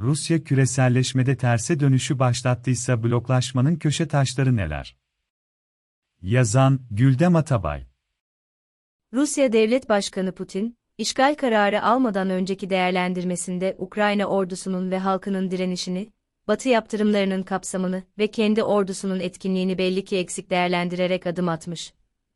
Rusya küreselleşmede terse dönüşü başlattıysa bloklaşmanın köşe taşları neler? Yazan, Güldem Atabay. Rusya Devlet Başkanı Putin, işgal kararı almadan önceki değerlendirmesinde Ukrayna ordusunun ve halkının direnişini, Batı yaptırımlarının kapsamını ve kendi ordusunun etkinliğini belli ki eksik değerlendirerek adım atmış.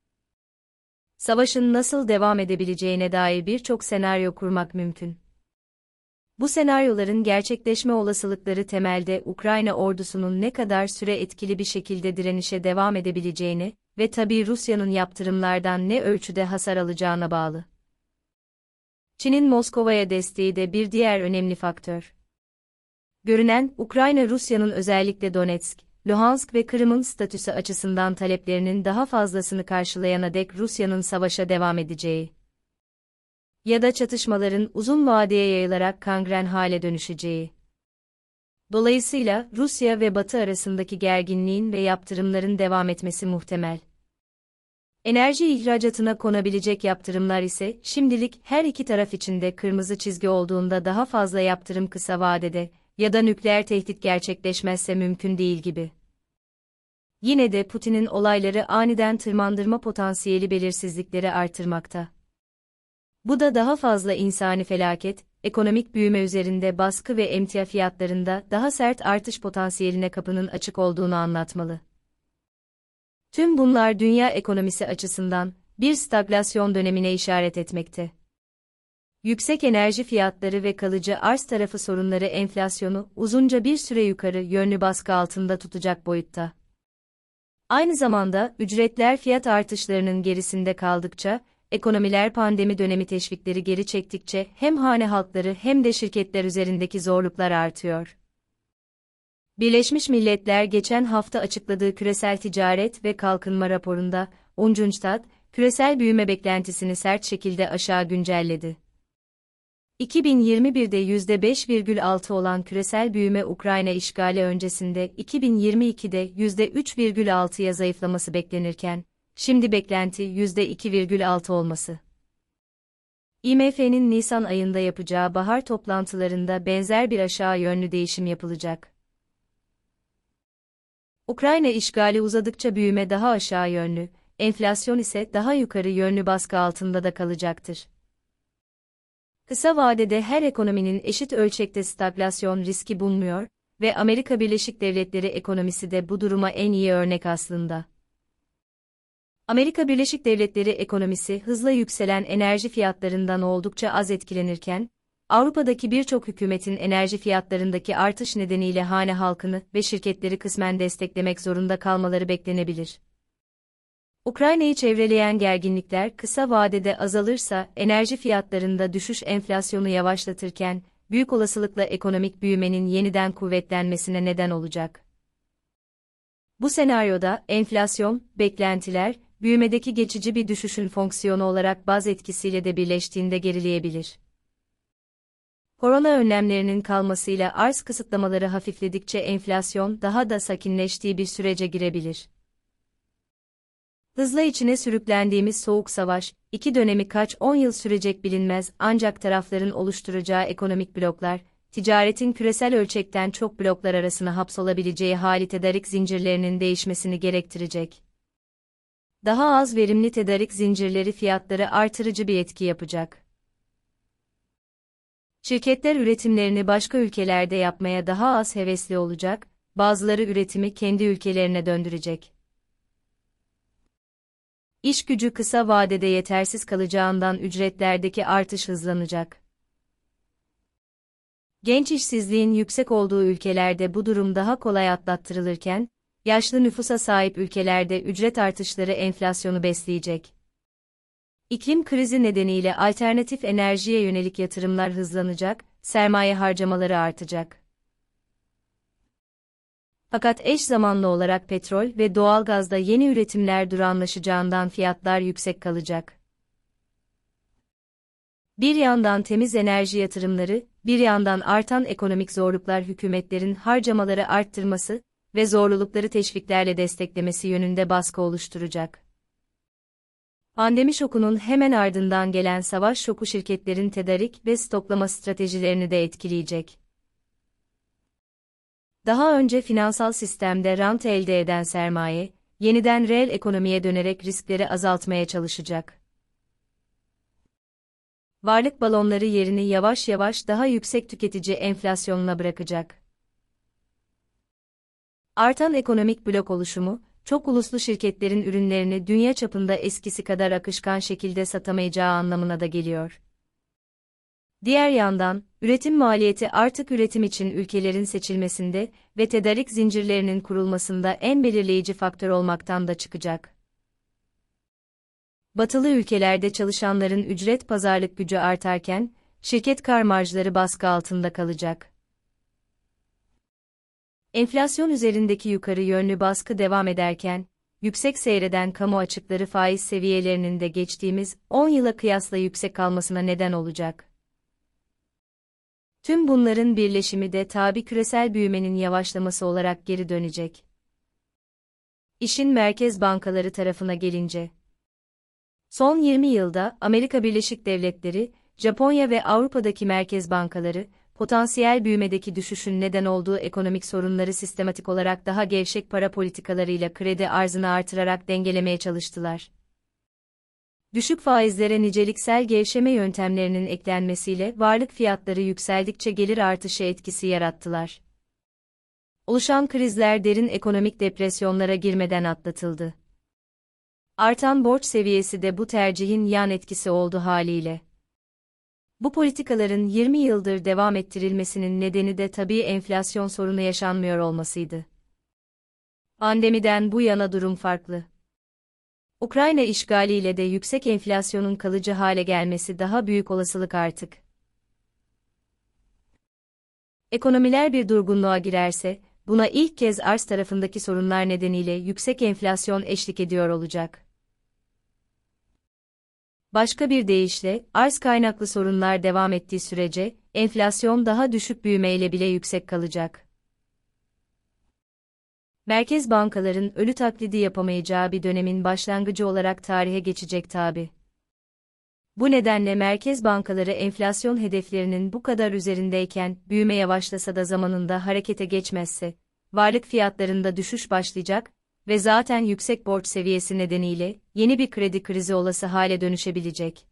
Savaşın nasıl devam edebileceğine dair birçok senaryo kurmak mümkün. Bu senaryoların gerçekleşme olasılıkları temelde Ukrayna ordusunun ne kadar süre etkili bir şekilde direnişe devam edebileceğini ve tabii Rusya'nın yaptırımlardan ne ölçüde hasar alacağına bağlı. Çin'in Moskova'ya desteği de bir diğer önemli faktör. Görünen, Ukrayna Rusya'nın özellikle Donetsk, Luhansk ve Kırım'ın statüsü açısından taleplerinin daha fazlasını karşılayana dek Rusya'nın savaşa devam edeceği ya da çatışmaların uzun vadeye yayılarak kangren hale dönüşeceği. Dolayısıyla Rusya ve Batı arasındaki gerginliğin ve yaptırımların devam etmesi muhtemel. Enerji ihracatına konabilecek yaptırımlar ise şimdilik her iki taraf için de kırmızı çizgi olduğunda daha fazla yaptırım kısa vadede ya da nükleer tehdit gerçekleşmezse mümkün değil gibi. Yine de Putin'in olayları aniden tırmandırma potansiyeli belirsizlikleri artırmakta. Bu da daha fazla insani felaket, ekonomik büyüme üzerinde baskı ve emtia fiyatlarında daha sert artış potansiyeline kapının açık olduğunu anlatmalı. Tüm bunlar dünya ekonomisi açısından bir stagflasyon dönemine işaret etmekte. Yüksek enerji fiyatları ve kalıcı arz tarafı sorunları enflasyonu uzunca bir süre yukarı yönlü baskı altında tutacak boyutta. Aynı zamanda ücretler fiyat artışlarının gerisinde kaldıkça, ekonomiler pandemi dönemi teşvikleri geri çektikçe hem hane halkları hem de şirketler üzerindeki zorluklar artıyor. Birleşmiş Milletler geçen hafta açıkladığı küresel ticaret ve kalkınma raporunda, UNCTAD, küresel büyüme beklentisini sert şekilde aşağı güncelledi. 2021'de %5,6 olan küresel büyüme Ukrayna işgali öncesinde 2022'de %3,6'ya zayıflaması beklenirken, şimdi beklenti %2,6 olması. IMF'nin Nisan ayında yapacağı bahar toplantılarında benzer bir aşağı yönlü değişim yapılacak. Ukrayna işgali uzadıkça büyüme daha aşağı yönlü, enflasyon ise daha yukarı yönlü baskı altında da kalacaktır. Kısa vadede her ekonominin eşit ölçekte stagflasyon riski bulunmuyor ve Amerika Birleşik Devletleri ekonomisi de bu duruma en iyi örnek aslında. Amerika Birleşik Devletleri ekonomisi hızla yükselen enerji fiyatlarından oldukça az etkilenirken, Avrupa'daki birçok hükümetin enerji fiyatlarındaki artış nedeniyle hane halkını ve şirketleri kısmen desteklemek zorunda kalmaları beklenebilir. Ukrayna'yı çevreleyen gerginlikler kısa vadede azalırsa enerji fiyatlarında düşüş enflasyonu yavaşlatırken, büyük olasılıkla ekonomik büyümenin yeniden kuvvetlenmesine neden olacak. Bu senaryoda enflasyon, beklentiler, büyümedeki geçici bir düşüşün fonksiyonu olarak baz etkisiyle de birleştiğinde gerileyebilir. Korona önlemlerinin kalmasıyla arz kısıtlamaları hafifledikçe enflasyon daha da sakinleştiği bir sürece girebilir. Hızla içine sürüklendiğimiz soğuk savaş, iki dönemi kaç 10 yıl sürecek bilinmez ancak tarafların oluşturacağı ekonomik bloklar, ticaretin küresel ölçekten çok bloklar arasına hapsolabileceği hali tedarik zincirlerinin değişmesini gerektirecek. Daha az verimli tedarik zincirleri fiyatları artırıcı bir etki yapacak. Şirketler üretimlerini başka ülkelerde yapmaya daha az hevesli olacak, bazıları üretimi kendi ülkelerine döndürecek. İş gücü kısa vadede yetersiz kalacağından ücretlerdeki artış hızlanacak. Genç işsizliğin yüksek olduğu ülkelerde bu durum daha kolay atlattırılırken, yaşlı nüfusa sahip ülkelerde ücret artışları enflasyonu besleyecek. İklim krizi nedeniyle alternatif enerjiye yönelik yatırımlar hızlanacak, sermaye harcamaları artacak. Fakat eş zamanlı olarak petrol ve doğalgazda yeni üretimler durağanlaşacağından fiyatlar yüksek kalacak. Bir yandan temiz enerji yatırımları, bir yandan artan ekonomik zorluklar hükümetlerin harcamaları arttırması ve zorlulukları teşviklerle desteklemesi yönünde baskı oluşturacak. Pandemi şokunun hemen ardından gelen savaş şoku şirketlerin tedarik ve stoklama stratejilerini de etkileyecek. Daha önce finansal sistemde rant elde eden sermaye, yeniden reel ekonomiye dönerek riskleri azaltmaya çalışacak. Varlık balonları yerini yavaş yavaş daha yüksek tüketici enflasyonuna bırakacak. Artan ekonomik blok oluşumu, çok uluslu şirketlerin ürünlerini dünya çapında eskisi kadar akışkan şekilde satamayacağı anlamına da geliyor. Diğer yandan, üretim maliyeti artık üretim için ülkelerin seçilmesinde ve tedarik zincirlerinin kurulmasında en belirleyici faktör olmaktan da çıkacak. Batılı ülkelerde çalışanların ücret pazarlık gücü artarken, şirket kar marjları baskı altında kalacak. Enflasyon üzerindeki yukarı yönlü baskı devam ederken, yüksek seyreden kamu açıkları faiz seviyelerinin de geçtiğimiz 10 yıla kıyasla yüksek kalmasına neden olacak. Tüm bunların birleşimi de tabii küresel büyümenin yavaşlaması olarak geri dönecek. İşin merkez bankaları tarafına gelince, son 20 yılda Amerika Birleşik Devletleri, Japonya ve Avrupa'daki merkez bankaları, potansiyel büyümedeki düşüşün neden olduğu ekonomik sorunları sistematik olarak daha gevşek para politikalarıyla kredi arzını artırarak dengelemeye çalıştılar. Düşük faizlere niceliksel gevşeme yöntemlerinin eklenmesiyle varlık fiyatları yükseldikçe gelir artışı etkisi yarattılar. Oluşan krizler derin ekonomik depresyonlara girmeden atlatıldı. Artan borç seviyesi de bu tercihin yan etkisi oldu haliyle. Bu politikaların 20 yıldır devam ettirilmesinin nedeni de tabii enflasyon sorunu yaşanmıyor olmasıydı. Pandemiden bu yana durum farklı. Ukrayna işgaliyle de yüksek enflasyonun kalıcı hale gelmesi daha büyük olasılık artık. Ekonomiler bir durgunluğa girerse, buna ilk kez arz tarafındaki sorunlar nedeniyle yüksek enflasyon eşlik ediyor olacak. Başka bir deyişle, arz kaynaklı sorunlar devam ettiği sürece, enflasyon daha düşük büyümeyle bile yüksek kalacak. Merkez bankaların ölü taklidi yapamayacağı bir dönemin başlangıcı olarak tarihe geçecek tabii. Bu nedenle merkez bankaları enflasyon hedeflerinin bu kadar üzerindeyken, büyüme yavaşlasa da zamanında harekete geçmezse, varlık fiyatlarında düşüş başlayacak ve zaten yüksek borç seviyesi nedeniyle yeni bir kredi krizi olası hale dönüşebilecek.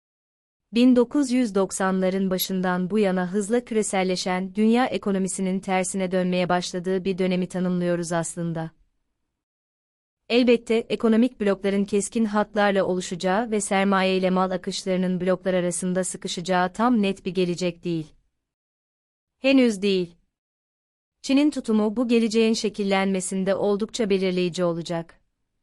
1990'ların başından bu yana hızla küreselleşen dünya ekonomisinin tersine dönmeye başladığı bir dönemi tanımlıyoruz aslında. Elbette ekonomik blokların keskin hatlarla oluşacağı ve sermaye ile mal akışlarının bloklar arasında sıkışacağı tam net bir gelecek değil. Henüz değil. Çin'in tutumu bu geleceğin şekillenmesinde oldukça belirleyici olacak.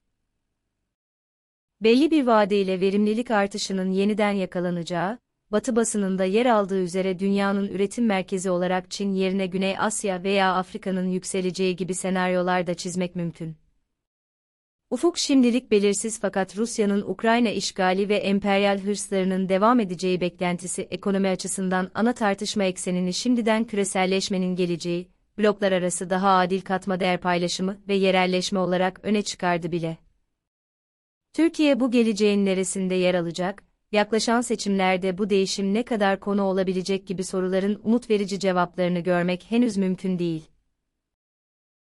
Belli bir vadeyle verimlilik artışının yeniden yakalanacağı, Batı basınında yer aldığı üzere dünyanın üretim merkezi olarak Çin yerine Güney Asya veya Afrika'nın yükseleceği gibi senaryolar da çizmek mümkün. Ufuk şimdilik belirsiz fakat Rusya'nın Ukrayna işgali ve emperyal hırslarının devam edeceği beklentisi ekonomi açısından ana tartışma eksenini şimdiden küreselleşmenin geleceği, bloklar arası daha adil katma değer paylaşımı ve yerelleşme olarak öne çıkardı bile. Türkiye bu geleceğin neresinde yer alacak, yaklaşan seçimlerde bu değişim ne kadar konu olabilecek gibi soruların umut verici cevaplarını görmek henüz mümkün değil.